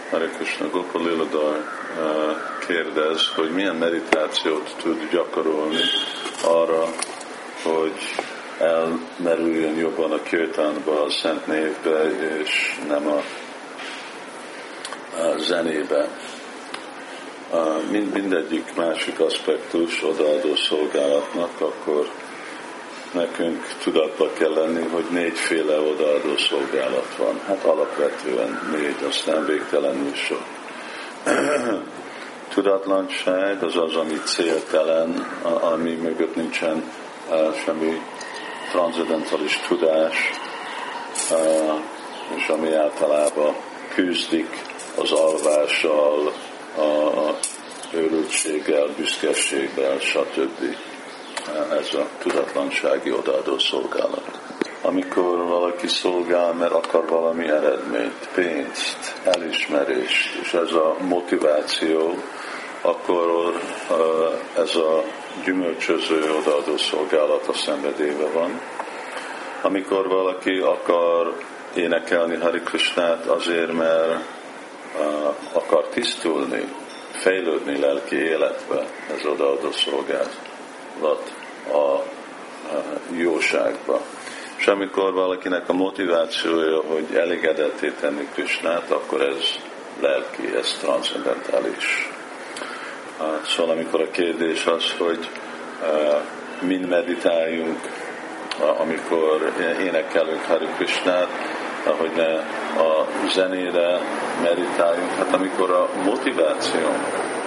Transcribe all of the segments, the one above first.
Hare Krishna, Gopal Liladhar kérdez, hogy milyen meditációt tud gyakorolni arra, hogy elmerüljön jobban a kirtánba, a szent névbe, és nem a zenébe. Mindegyik másik aspektus odaadó szolgálatnak, akkor nekünk tudatba kell lenni, hogy 4 féle odaadó szolgálat van. Hát alapvetően 4, aztán végtelenül sok. Tudatlanság az az, ami céltelen, ami mögött nincsen semmi transzendentális tudás, és ami általában küzdik az alvással, a őrültséggel, büszkeséggel, stb. Ez a tudatlansági odaadó szolgálat. Amikor valaki szolgál, mert akar valami eredményt, pénzt, elismerést, és ez a motiváció, akkor ez a gyümölcsöző odaadó szolgálat a szenvedélyben van. Amikor valaki akar énekelni Hare Krishnát azért, mert akar tisztulni, fejlődni lelki életbe, ez odaadó szolgálat a jóságba. És amikor valakinek a motivációja, hogy elégedetté tenni Krishnát, akkor ez lelki, ez transzendentális. Szóval amikor a kérdés az, hogy mind meditáljunk, amikor énekelünk Hare Krishnát, hogy ne a zenére meditáljunk, hát amikor a motivációnk,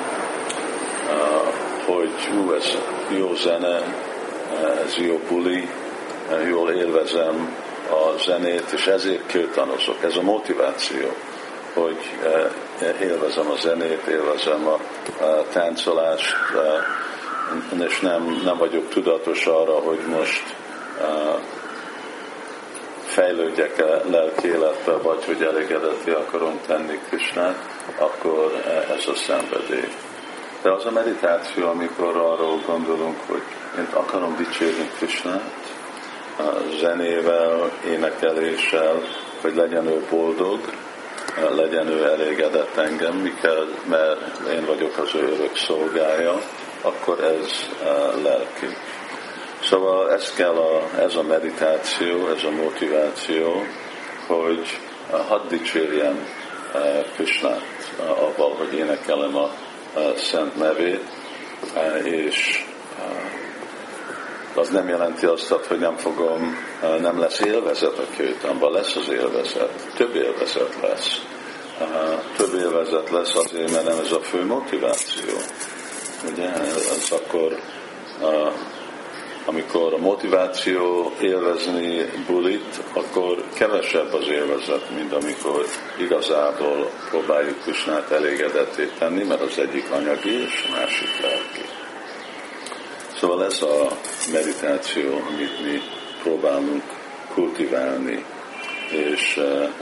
hogy ez jó zene, ez jó buli, jól élvezem a zenét, és ezért kirtanozok. Ez a motiváció, hogy élvezem a zenét, élvezem a táncolást, és nem vagyok tudatos arra, hogy most fejlődjek a lelki életbe, vagy hogy elégedetté akarom tenni Krishnát, akkor ez a szenvedély. De az a meditáció, amikor arról gondolunk, hogy én akarom dicsérni Krishnát, zenével, énekeléssel, hogy legyen ő boldog, legyen ő elégedett engem, mert én vagyok az ő örök szolgája, akkor ez lelki. Szóval ez a meditáció, ez a motiváció, hogy hadd dicsérjem Krishnát avval, hogy énekelem a szent nevét, és az nem jelenti azt, hogy nem lesz élvezet a kirtánban, lesz az élvezet, több élvezet lesz. Több élvezet lesz azért, mert nem ez a fő motiváció. Ugye, ez akkor amikor a motiváció élvezni bulit, akkor kevesebb az élvezet, mint amikor igazából próbáljuk Krishnát elégedetté tenni, mert az egyik anyagi és a másik lelki. Szóval ez a meditáció, amit mi próbálunk kultiválni, és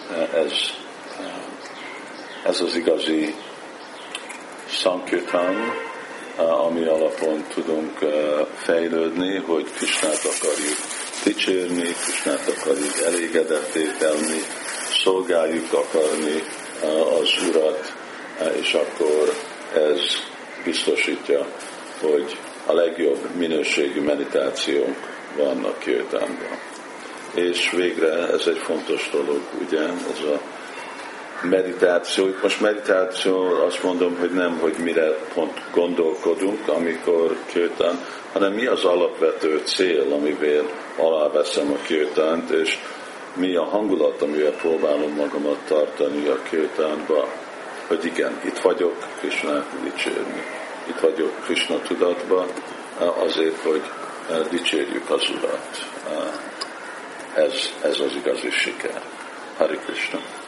ez az igazi sankirtan, ami alapon tudunk fejlődni, hogy Krishnát akarjuk dicsérni, Krishnát akarjuk elégedetté tenni, szolgáljuk akarni az Urat, és akkor ez biztosítja, hogy a legjobb minőségű meditációnk van a kirtánban. És végre ez egy fontos dolog, ugye, ez a meditáció. Most meditáció, azt mondom, hogy nem, hogy mire pont gondolkodunk, amikor kirtán, hanem mi az alapvető cél, amivel aláveszem a kirtánt, és mi a hangulat, amivel próbálom magamat tartani a kirtánba, hogy igen, itt vagyok Krishnát dicsérni. Itt vagyok Krishna tudatba, azért, hogy dicsérjük az Urat. Ez az igazi siker. Hare Krishna.